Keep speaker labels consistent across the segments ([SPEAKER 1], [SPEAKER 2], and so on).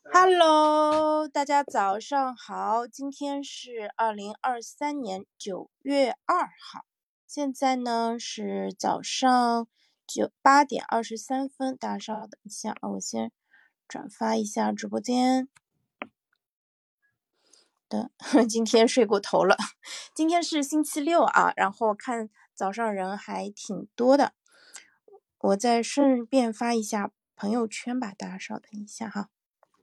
[SPEAKER 1] Hello，大家早上好，今天是2023年9月2号，现在呢是早上8点23分，大家稍等一下啊，我先转发一下直播间的，今天睡过头了，今天是星期六啊，然后看早上人还挺多的，我再顺便发一下朋友圈吧，大家稍等一下哈。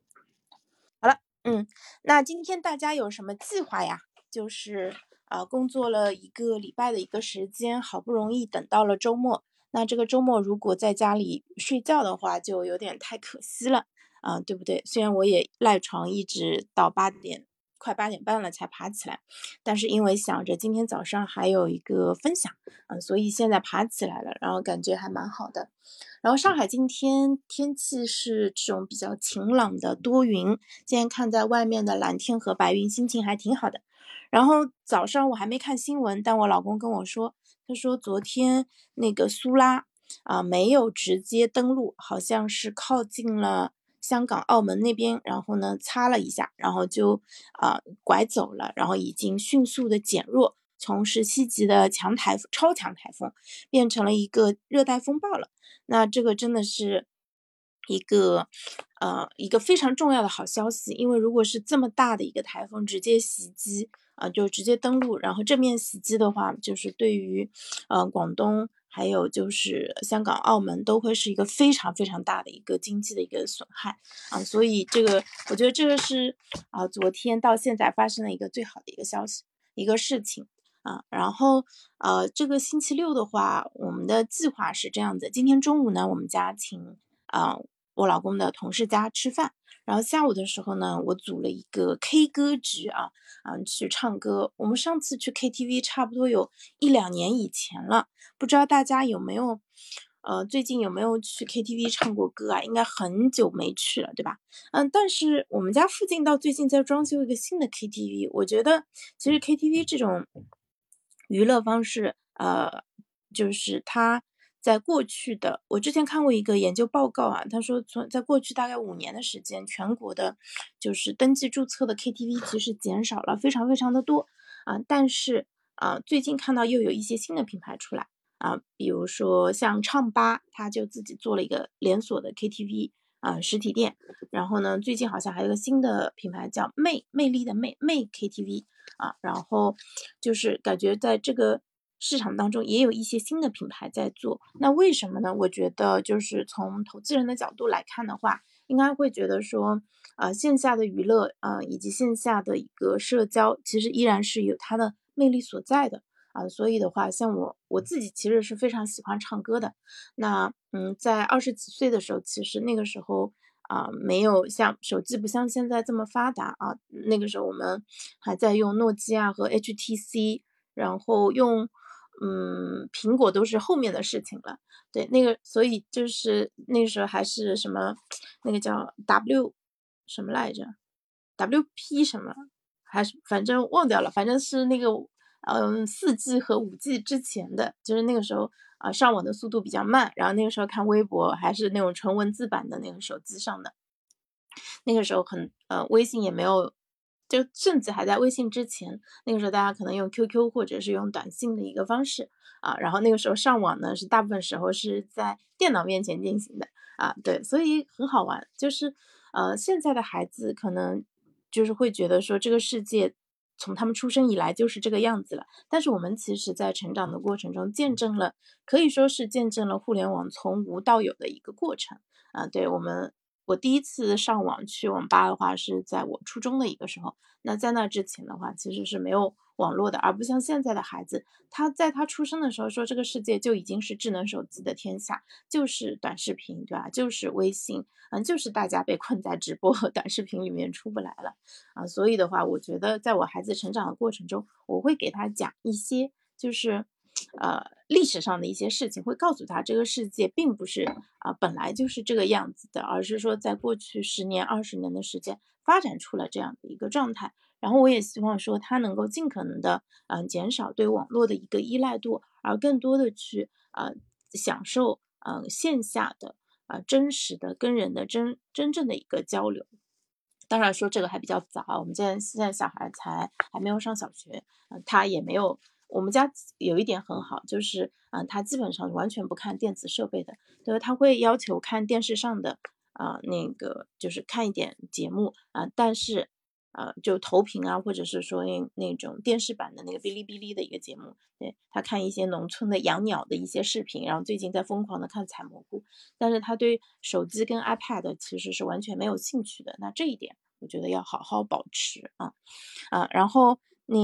[SPEAKER 1] 那今天大家有什么计划呀？就是工作了1个礼拜的一个时间，好不容易等到了周末。那这个周末如果在家里睡觉的话，就有点太可惜了对不对？虽然我也赖床一直到快8点半了才爬起来，但是因为想着今天早上还有一个分享所以现在爬起来了，然后感觉还蛮好的。然后上海今天天气是这种比较晴朗的多云，今天看在外面的蓝天和白云，心情还挺好的。然后早上我还没看新闻，但我老公跟我说，他说昨天那个苏拉没有直接登陆，好像是靠近了香港、澳门那边，然后呢擦了一下，然后就拐走了，然后已经迅速的减弱，从17级的超强台风变成了一个热带风暴了。那这个真的是一个非常重要的好消息，因为如果是这么大的一个台风直接袭击就直接登陆，然后正面袭击的话，就是对于广东还有就是香港、澳门都会是一个非常非常大的一个经济的一个损害所以我觉得这个是昨天到现在发生的一个最好的一个消息，一个事情。然后这个星期六的话，我们的计划是这样子，今天中午呢，我们家请我老公的同事家吃饭，然后下午的时候呢，我组了一个 K 歌局去唱歌。我们上次去 KTV 差不多有1-2年以前了，不知道大家有没有最近有没有去 KTV 唱过歌应该很久没去了，对吧？但是我们家附近到最近在装修一个新的 KTV， 我觉得其实 KTV 这种娱乐方式就是它在过去的，我之前看过一个研究报告他说在过去大概5年的时间，全国的就是登记注册的 KTV 其实减少了非常非常的多但是最近看到又有一些新的品牌出来比如说像唱吧，他就自己做了一个连锁的 KTV 实体店，然后呢，最近好像还有个新的品牌叫魅力的魅 KTV 然后就是感觉在这个市场当中也有一些新的品牌在做。那为什么呢？我觉得就是从投资人的角度来看的话，应该会觉得说线下的娱乐以及线下的一个社交其实依然是有它的魅力所在的所以的话，像我自己其实是非常喜欢唱歌的。那在20几岁的时候，其实那个时候没有像手机不像现在这么发达那个时候我们还在用诺基亚和 HTC， 然后用苹果都是后面的事情了。对，所以就是那个时候还是什么那个叫 W 什么来着 WP 什么，还是反正忘掉了，反正是那个4G 和5G 之前的，就是那个时候上网的速度比较慢，然后那个时候看微博还是那种纯文字版的那个手机上的，那个时候微信也没有，就甚至还在微信之前，那个时候大家可能用 QQ 或者是用短信的一个方式然后那个时候上网呢是大部分时候是在电脑面前进行的对，所以很好玩，就是现在的孩子可能就是会觉得说这个世界从他们出生以来就是这个样子了，但是我们其实在成长的过程中可以说是见证了互联网从无到有的一个过程对，我第一次上网去网吧的话是在我初中的一个时候，那在那之前的话其实是没有网络的，而不像现在的孩子，在他出生的时候说这个世界就已经是智能手机的天下，就是短视频对吧，就是微信就是大家被困在直播和短视频里面出不来了所以的话我觉得在我孩子成长的过程中，我会给他讲一些就是历史上的一些事情，会告诉他这个世界并不是本来就是这个样子的，而是说在过去10年、20年的时间发展出了这样的一个状态。然后我也希望说他能够尽可能的减少对网络的一个依赖度，而更多的去享受线下的真实的跟人的真正的一个交流。 当然说这个还比较早，我们现在小孩还没有上小学，他也没有。我们家有一点很好，就是他基本上完全不看电子设备的，对，他会要求看电视上的那个就是看一点节目但是就投屏或者是说那种电视版的那个哔哩哔哩的一个节目，对，他看一些农村的养鸟的一些视频，然后最近在疯狂的看采蘑菇，但是他对手机跟 iPad 其实是完全没有兴趣的，那这一点我觉得要好好保持然后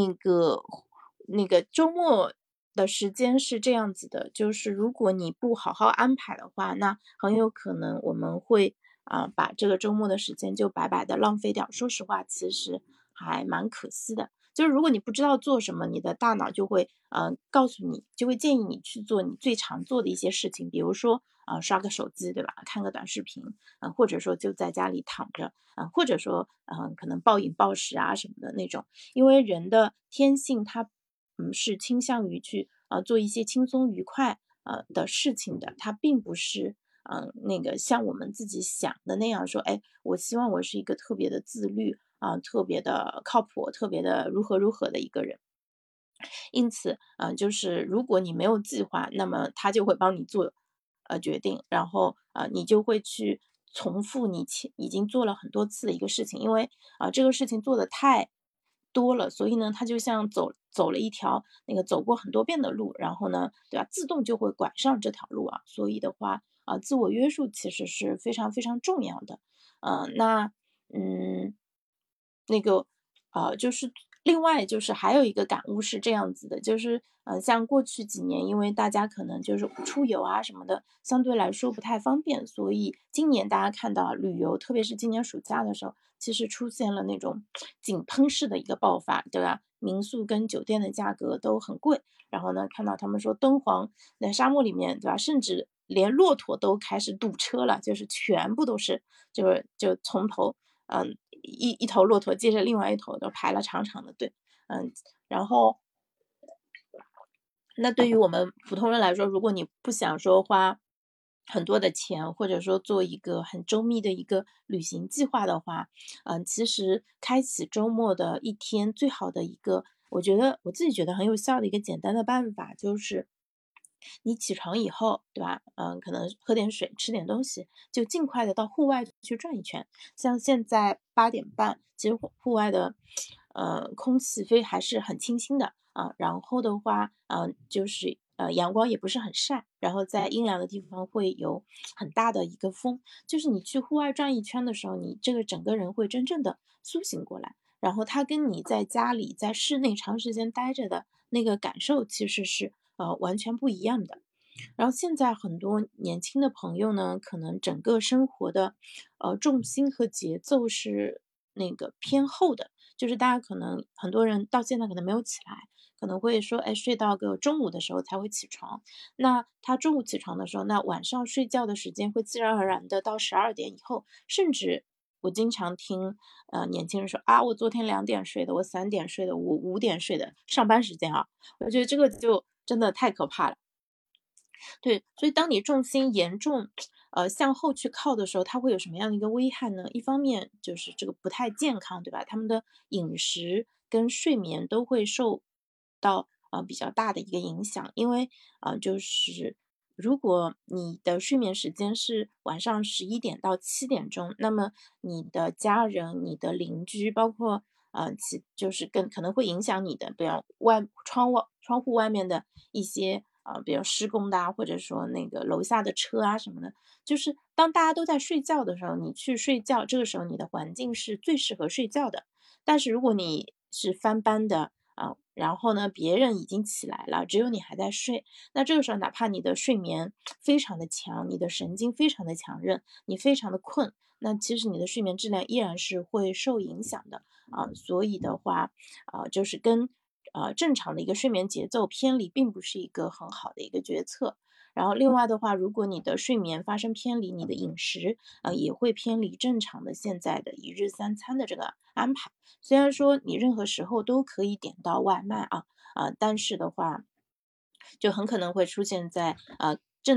[SPEAKER 1] 那个周末的时间是这样子的，就是如果你不好好安排的话，那很有可能我们会把这个周末的时间就白白的浪费掉。说实话，其实还蛮可惜的。就是如果你不知道做什么，你的大脑就会告诉你，就会建议你去做你最常做的一些事情，比如说刷个手机，对吧？看个短视频，或者说就在家里躺着，或者说可能暴饮暴食什么的那种。因为人的天性它是倾向于去做一些轻松愉快的事情的，它并不是那个像我们自己想的那样说，哎，我希望我是一个特别的自律特别的靠谱，特别的如何如何的一个人。因此就是如果你没有计划，那么他就会帮你做决定，然后你就会去重复你已经做了很多次的一个事情，因为这个事情做的太多了，所以呢，它就像走了一条那个走过很多遍的路，然后呢，对吧，自动就会拐上这条路所以的话自我约束其实是非常非常重要的。那那个就是另外就是还有一个感悟是这样子的，就是像过去几年，因为大家可能就是出游什么的，相对来说不太方便，所以今年大家看到旅游，特别是今年暑假的时候，其实出现了那种井喷式的一个爆发，对吧？民宿跟酒店的价格都很贵，然后呢，看到他们说敦煌在沙漠里面，对吧？甚至连骆驼都开始堵车了，就是全部都是就从头一头骆驼接着另外一头都排了长长的队，然后那对于我们普通人来说，如果你不想说花很多的钱，或者说做一个很周密的一个旅行计划的话，其实开启周末的一天最好的一个，我觉得我自己觉得很有效的一个简单的办法，就是你起床以后，对吧？可能喝点水，吃点东西，就尽快的到户外去转一圈。像现在8点半，其实户外的，空气还是很清新的然后的话，就是阳光也不是很晒，然后在阴凉的地方会有很大的一个风，就是你去户外转一圈的时候，你这个整个人会真正的苏醒过来。然后它跟你在家里在室内长时间待着的那个感受其实是完全不一样的。然后现在很多年轻的朋友呢，可能整个生活的重心和节奏是那个偏后的，就是大家可能很多人到现在可能没有起来，可能会说，哎，睡到个中午的时候才会起床。那他中午起床的时候，那晚上睡觉的时间会自然而然的到12点以后，甚至我经常听年轻人说我昨天2点睡的，我3点睡的，我5点睡的，上班时间我觉得这个就真的太可怕了。对，所以当你重心严重，向后去靠的时候，它会有什么样的一个危害呢？一方面就是这个不太健康，对吧？他们的饮食跟睡眠都会受到比较大的一个影响，因为就是如果你的睡眠时间是晚上11点到7点钟，那么你的家人、你的邻居，包括就是可能会影响你的，比如窗户外面的一些比如施工的或者说那个楼下的车什么的，就是当大家都在睡觉的时候，你去睡觉，这个时候你的环境是最适合睡觉的。但是如果你是翻班的然后呢，别人已经起来了，只有你还在睡，那这个时候哪怕你的睡眠非常的强，你的神经非常的强韧，你非常的困，那其实你的睡眠质量依然是会受影响的所以的话就是跟正常的一个睡眠节奏偏离，并不是一个很好的一个决策。然后另外的话，如果你的睡眠发生偏离，你的饮食也会偏离正常的现在的一日三餐的这个安排。虽然说你任何时候都可以点到外卖但是的话，就很可能会出现在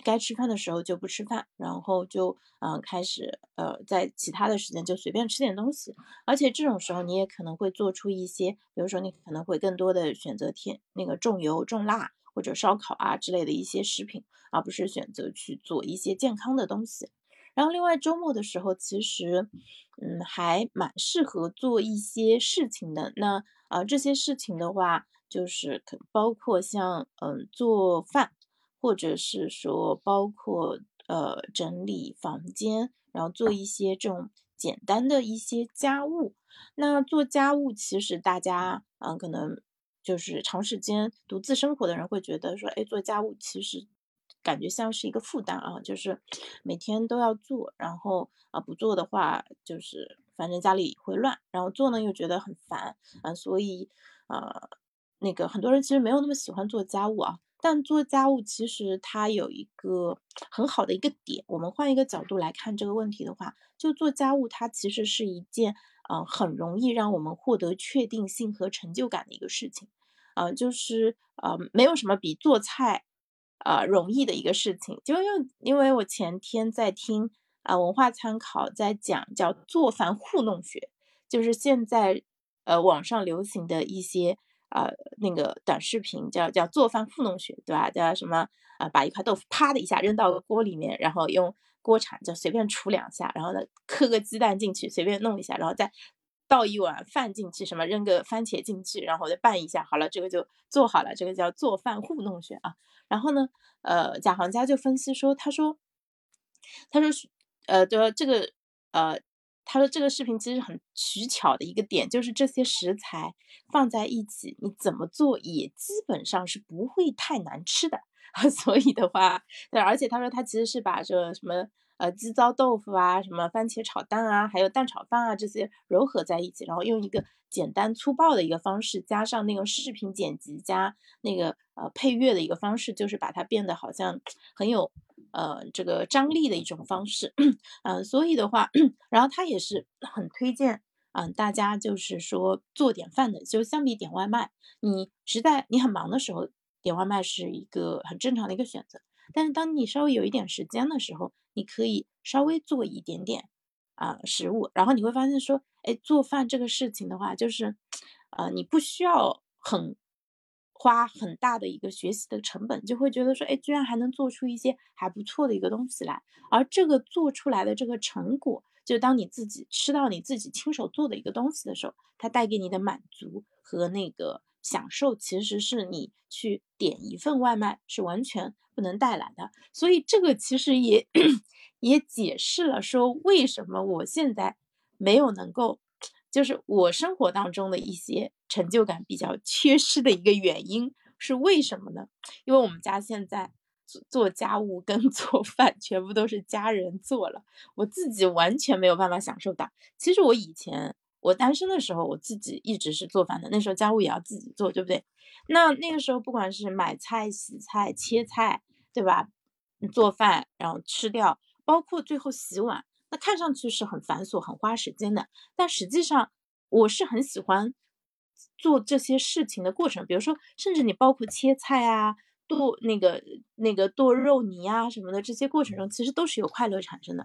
[SPEAKER 1] 该吃饭的时候就不吃饭，然后就开始在其他的时间就随便吃点东西，而且这种时候你也可能会做出一些，比如说你可能会更多的选择那个重油重辣或者烧烤啊之类的一些食品，而不是选择去做一些健康的东西。然后另外周末的时候，其实还蛮适合做一些事情的。那这些事情的话，就是包括像做饭，或者是说包括整理房间，然后做一些这种简单的一些家务。那做家务其实大家可能就是长时间独自生活的人会觉得说，哎，做家务其实感觉像是一个负担啊，就是每天都要做，然后不做的话就是反正家里会乱，然后做呢又觉得很烦所以那个很多人其实没有那么喜欢做家务啊。但做家务其实它有一个很好的一个点，我们换一个角度来看这个问题的话，就做家务它其实是一件很容易让我们获得确定性和成就感的一个事情。就是没有什么比做菜容易的一个事情。就因为我前天在听文化参考在讲叫做饭糊弄学，就是现在网上流行的一些那个短视频叫做饭糊弄学，对吧？叫什么把一块豆腐啪的一下扔到锅里面，然后用锅铲就随便杵两下，然后呢磕个鸡蛋进去，随便弄一下，然后再倒一碗饭进去，什么扔个番茄进去，然后再拌一下，好了，这个就做好了，这个叫做饭糊弄学啊。然后呢，贾行家就分析说，他说这个呃，他说这个视频其实很取巧的一个点，就是这些食材放在一起，你怎么做也基本上是不会太难吃的。所以的话，对，而且他说他其实是把这什么鸡糟豆腐啊、什么番茄炒蛋啊，还有蛋炒饭啊这些糅合在一起，然后用一个简单粗暴的一个方式，加上那个视频剪辑加那个配乐的一个方式，就是把它变得好像很有这个张力的一种方式。所以的话，然后他也是很推荐大家就是说做点饭的，就相比点外卖，你很忙的时候，点外卖是一个很正常的一个选择。但是当你稍微有一点时间的时候，你可以稍微做一点点食物，然后你会发现说，哎，做饭这个事情的话，就是你不需要花很大的一个学习的成本，就会觉得说，哎，居然还能做出一些还不错的一个东西来。而这个做出来的这个成果，就当你自己吃到你自己亲手做的一个东西的时候，它带给你的满足和那个享受，其实是你去点一份外卖是完全不能带来的。所以这个其实也也解释了说，为什么我现在没有能够就是我生活当中的一些成就感比较缺失的一个原因是为什么呢？因为我们家现在做家务跟做饭全部都是家人做了，我自己完全没有办法享受到。其实我以前我单身的时候，我自己一直是做饭的，那时候家务也要自己做，对不对？那个时候不管是买菜、洗菜、切菜，对吧？做饭，然后吃掉，包括最后洗碗，那看上去是很繁琐、很花时间的。但实际上我是很喜欢做这些事情的过程，比如说，甚至你包括切菜啊、那个剁肉泥啊什么的，这些过程中其实都是有快乐产生的。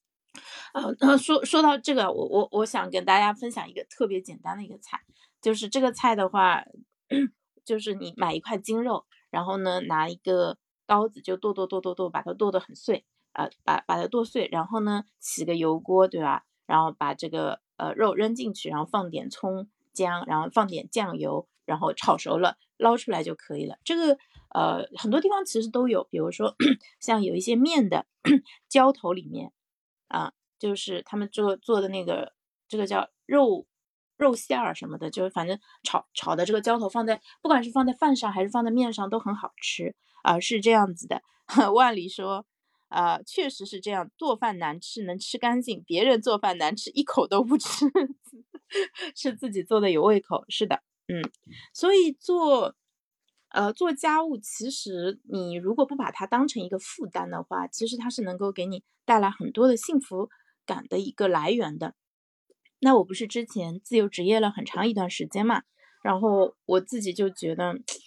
[SPEAKER 1] 说到这个，我想跟大家分享一个特别简单的一个菜，就是这个菜的话，就是你买一块精肉，然后呢拿一个刀子就剁，把它剁得很碎，把它剁碎，然后呢起个油锅，对吧？然后把这个肉扔进去，然后放点葱姜，然后放点酱油，然后炒熟了捞出来就可以了。这个很多地方其实都有，比如说像有一些面的浇头里面就是他们做的那个这个叫肉馅儿什么的，就是反正炒的这个浇头不管是放在饭上还是放在面上都很好吃是这样子的。万里说确实是这样，做饭难吃能吃干净，别人做饭难吃一口都不吃，是自己做的有胃口，是的。所以做家务，其实你如果不把它当成一个负担的话，其实它是能够给你带来很多的幸福感的一个来源的。那我不是之前自由职业了很长一段时间嘛，然后我自己就觉得，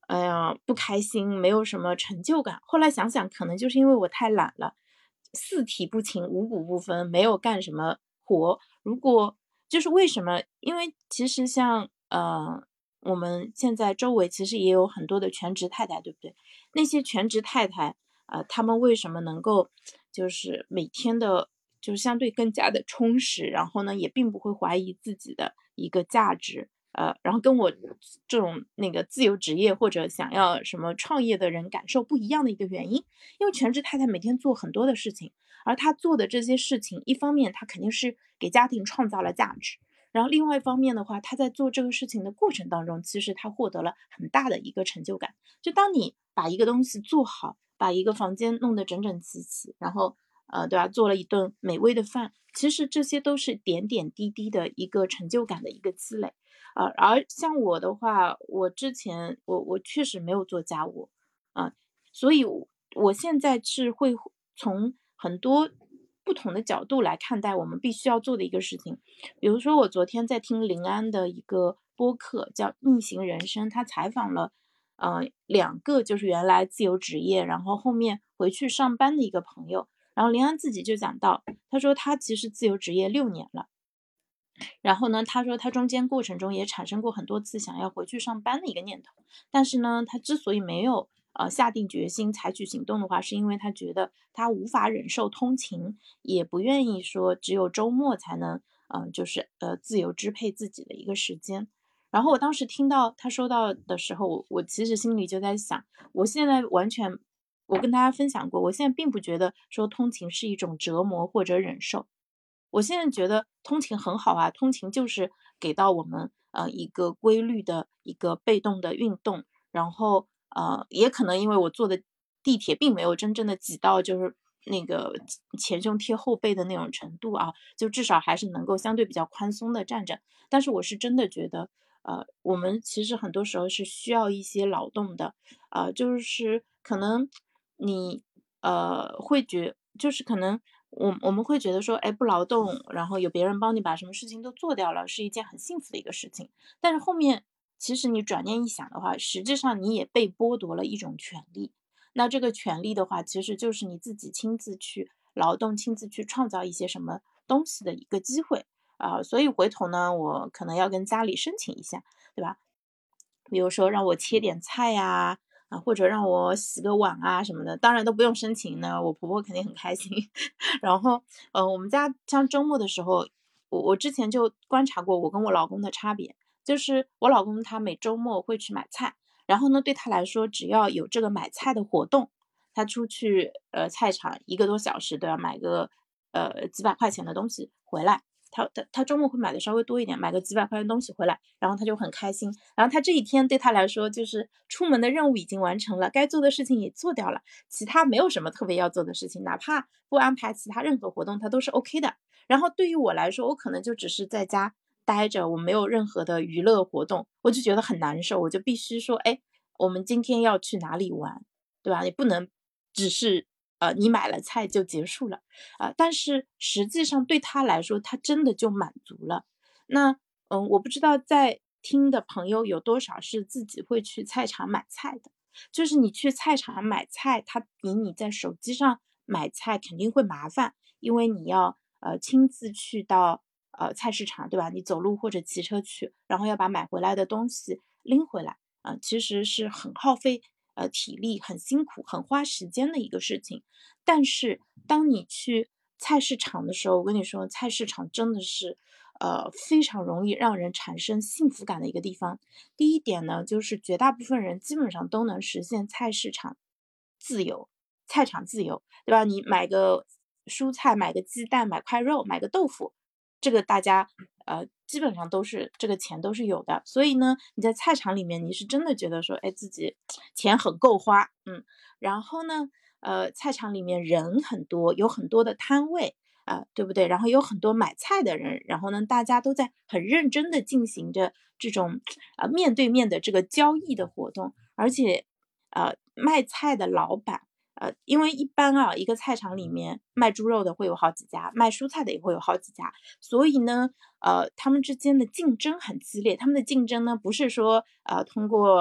[SPEAKER 1] 哎呀不开心，没有什么成就感。后来想想，可能就是因为我太懒了，四体不勤，五谷不分，没有干什么活。如果就是为什么？因为其实像我们现在周围其实也有很多的全职太太，对不对？那些全职太太她们为什么能够就是每天的就是相对更加的充实，然后呢也并不会怀疑自己的一个价值，然后跟我这种那个自由职业或者想要什么创业的人感受不一样的一个原因。因为全职太太每天做很多的事情，而她做的这些事情，一方面她肯定是给家庭创造了价值，然后另外一方面的话，她在做这个事情的过程当中，其实她获得了很大的一个成就感。就当你把一个东西做好，把一个房间弄得整整齐齐，然后对吧，做了一顿美味的饭，其实这些都是点点滴滴的一个成就感的一个积累。而像我的话，我之前我确实没有做家务所以我现在是会从很多不同的角度来看待我们必须要做的一个事情。比如说我昨天在听临安的一个播客叫《逆行人生》，他采访了两个就是原来自由职业，然后后面回去上班的一个朋友。然后临安自己就讲到，他说他其实自由职业6年了，然后呢，他说他中间过程中也产生过很多次想要回去上班的一个念头，但是呢，他之所以没有下定决心采取行动的话，是因为他觉得他无法忍受通勤，也不愿意说只有周末才能就是自由支配自己的一个时间。然后我当时听到他说到的时候，我其实心里就在想，我现在完全，我跟大家分享过，我现在并不觉得说通勤是一种折磨或者忍受。我现在觉得通勤很好啊，通勤就是给到我们一个规律的一个被动的运动，然后也可能因为我坐的地铁并没有真正的挤到就是那个前胸贴后背的那种程度啊，就至少还是能够相对比较宽松的站着。但是我是真的觉得，我们其实很多时候是需要一些劳动的，就是可能你就是可能我们会觉得说，哎，不劳动，然后有别人帮你把什么事情都做掉了，是一件很幸福的一个事情。但是后面其实你转念一想的话，实际上你也被剥夺了一种权利。那这个权利的话，其实就是你自己亲自去劳动、亲自去创造一些什么东西的一个机会所以回头呢，我可能要跟家里申请一下，对吧？比如说让我切点菜呀，或者让我洗个碗啊什么的，当然都不用申请呢，我婆婆肯定很开心。然后，我们家像周末的时候，我之前就观察过我跟我老公的差别，就是我老公他每周末会去买菜，然后呢，对他来说，只要有这个买菜的活动，他出去菜场1个多小时都要买个几百块钱的东西回来。他周末会买的稍微多一点，买个几百块钱的东西回来，然后他就很开心。然后他这一天对他来说，就是出门的任务已经完成了，该做的事情也做掉了，其他没有什么特别要做的事情，哪怕不安排其他任何活动，他都是 OK 的。然后对于我来说，我可能就只是在家待着，我没有任何的娱乐活动，我就觉得很难受，我就必须说，哎，我们今天要去哪里玩，对吧？你不能只是你买了菜就结束了但是实际上对他来说，他真的就满足了。那我不知道在听的朋友有多少是自己会去菜场买菜的。就是你去菜场买菜，它比你在手机上买菜肯定会麻烦，因为你要亲自去到菜市场，对吧？你走路或者骑车去，然后要把买回来的东西拎回来其实是很耗费体力、很辛苦、很花时间的一个事情。但是当你去菜市场的时候，我跟你说，菜市场真的是非常容易让人产生幸福感的一个地方。第一点呢，就是绝大部分人基本上都能实现菜市场自由，菜场自由，对吧？你买个蔬菜，买个鸡蛋，买块肉，买个豆腐，这个大家基本上都是这个钱都是有的。所以呢，你在菜场里面，你是真的觉得说，哎，自己钱很够花，然后呢，菜场里面人很多，有很多的摊位。对不对？然后有很多买菜的人，然后呢，大家都在很认真的进行着这种面对面的这个交易的活动，而且卖菜的老板因为一般一个菜场里面卖猪肉的会有好几家，卖蔬菜的也会有好几家，所以呢，他们之间的竞争很激烈。他们的竞争呢，不是说通过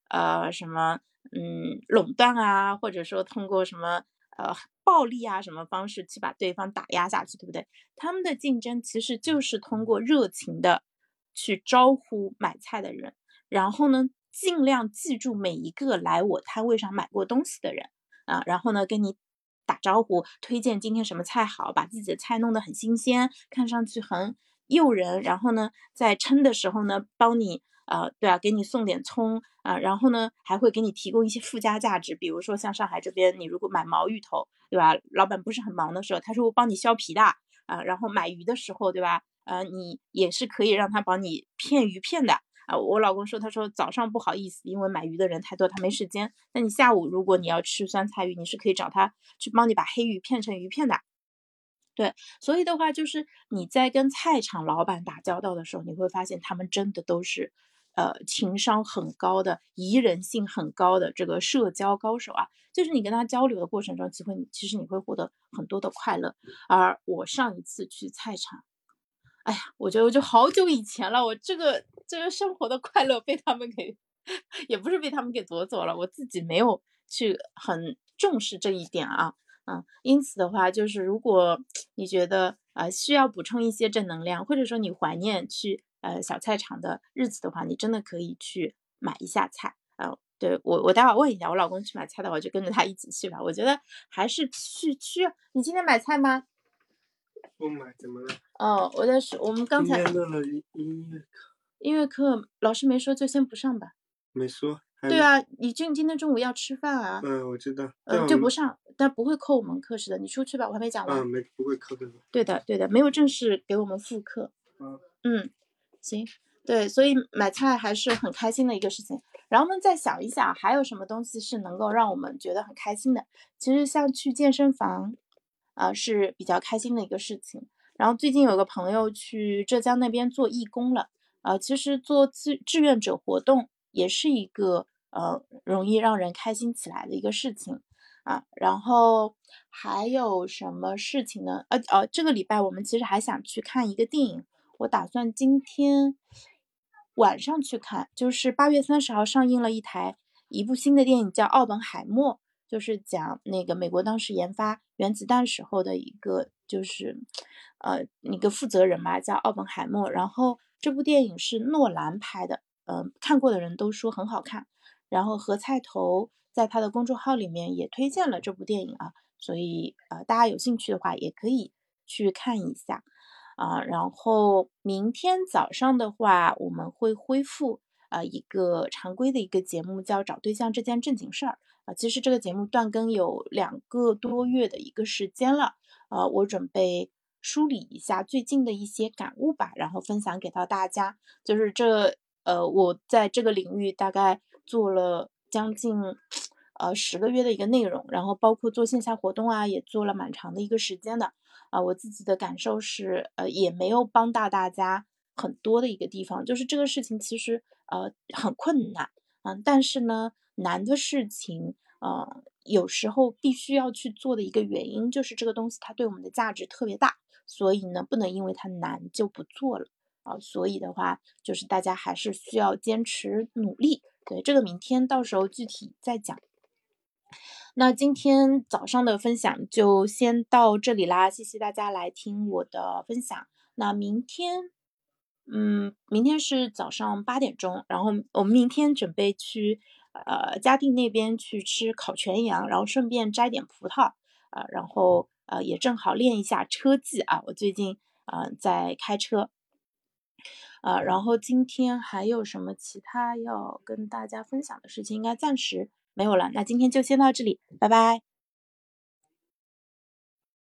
[SPEAKER 1] 什么垄断啊，或者说通过什么暴力啊什么方式去把对方打压下去，对不对？他们的竞争其实就是通过热情的去招呼买菜的人，然后呢尽量记住每一个来我摊位上买过东西的人啊，然后呢跟你打招呼，推荐今天什么菜好，把自己的菜弄得很新鲜，看上去很诱人，然后呢在称的时候呢帮你对啊，给你送点葱啊，然后呢还会给你提供一些附加价值，比如说像上海这边，你如果买毛芋头，对吧？老板不是很忙的时候，他是会帮你削皮的啊，然后买鱼的时候，对吧？你也是可以让他帮你片鱼片的啊。我老公说，他说早上不好意思，因为买鱼的人太多，他没时间。那你下午如果你要吃酸菜鱼，你是可以找他去帮你把黑鱼片成鱼片的。对，所以的话就是你在跟菜场老板打交道的时候，你会发现他们真的都是情商很高的、宜人性很高的这个社交高手啊。就是你跟他交流的过程中，其实你会获得很多的快乐。而我上一次去菜场，哎呀，我觉得就好久以前了，我这个生活的快乐被他们给也不是被他们给夺走了，我自己没有去很重视这一点啊。因此的话，就是如果你觉得需要补充一些正能量，或者说你怀念去小菜场的日子的话，你真的可以去买一下菜。对，我待会儿问一下我老公去买菜的话，我就跟着他一起去吧。我觉得还是去。你今天买菜吗？
[SPEAKER 2] 不买，怎么了？
[SPEAKER 1] 哦，我们刚才
[SPEAKER 2] 今天录了音乐课。
[SPEAKER 1] 音乐课老师没说，就先不上吧。
[SPEAKER 2] 没说。
[SPEAKER 1] 对啊，你今天中午要吃饭啊。
[SPEAKER 2] 我知道。
[SPEAKER 1] 就不上，但不会扣我们课时的。你出去吧，我还没讲完。
[SPEAKER 2] 不会扣的。
[SPEAKER 1] 对的，没有正式给我们复课。行，对，所以买菜还是很开心的一个事情。然后呢，再想一想，还有什么东西是能够让我们觉得很开心的？其实像去健身房，是比较开心的一个事情。然后最近有个朋友去浙江那边做义工了，其实做志愿者活动也是一个容易让人开心起来的一个事情啊。然后还有什么事情呢？这个礼拜我们其实还想去看一个电影。我打算今天晚上去看，就是8月30号上映了一部新的电影，叫《奥本海默》，就是讲那个美国当时研发原子弹时候的一个一个负责人吧，叫奥本海默。然后这部电影是诺兰拍的，看过的人都说很好看。然后何菜头在他的公众号里面也推荐了这部电影啊，所以大家有兴趣的话也可以去看一下。然后明天早上的话，我们会恢复一个常规的一个节目，叫找对象这件正经事儿。其实这个节目断更有2个多月的一个时间了。我准备梳理一下最近的一些感悟吧，然后分享给到大家。就是我在这个领域大概做了将近10个月的一个内容，然后包括做线下活动啊，也做了蛮长的一个时间的。我自己的感受是，也没有帮到大家很多的一个地方，就是这个事情其实很困难。但是呢，难的事情，有时候必须要去做的一个原因，就是这个东西它对我们的价值特别大，所以呢，不能因为它难就不做了。所以的话，就是大家还是需要坚持努力。对，这个明天到时候具体再讲。那今天早上的分享就先到这里啦，谢谢大家来听我的分享。那明天是早上8点钟，然后我们明天准备去嘉定那边去吃烤全羊，然后顺便摘点葡萄然后也正好练一下车技啊，我最近在开车。然后今天还有什么其他要跟大家分享的事情？应该暂时没有了。那今天就先到这里，拜拜。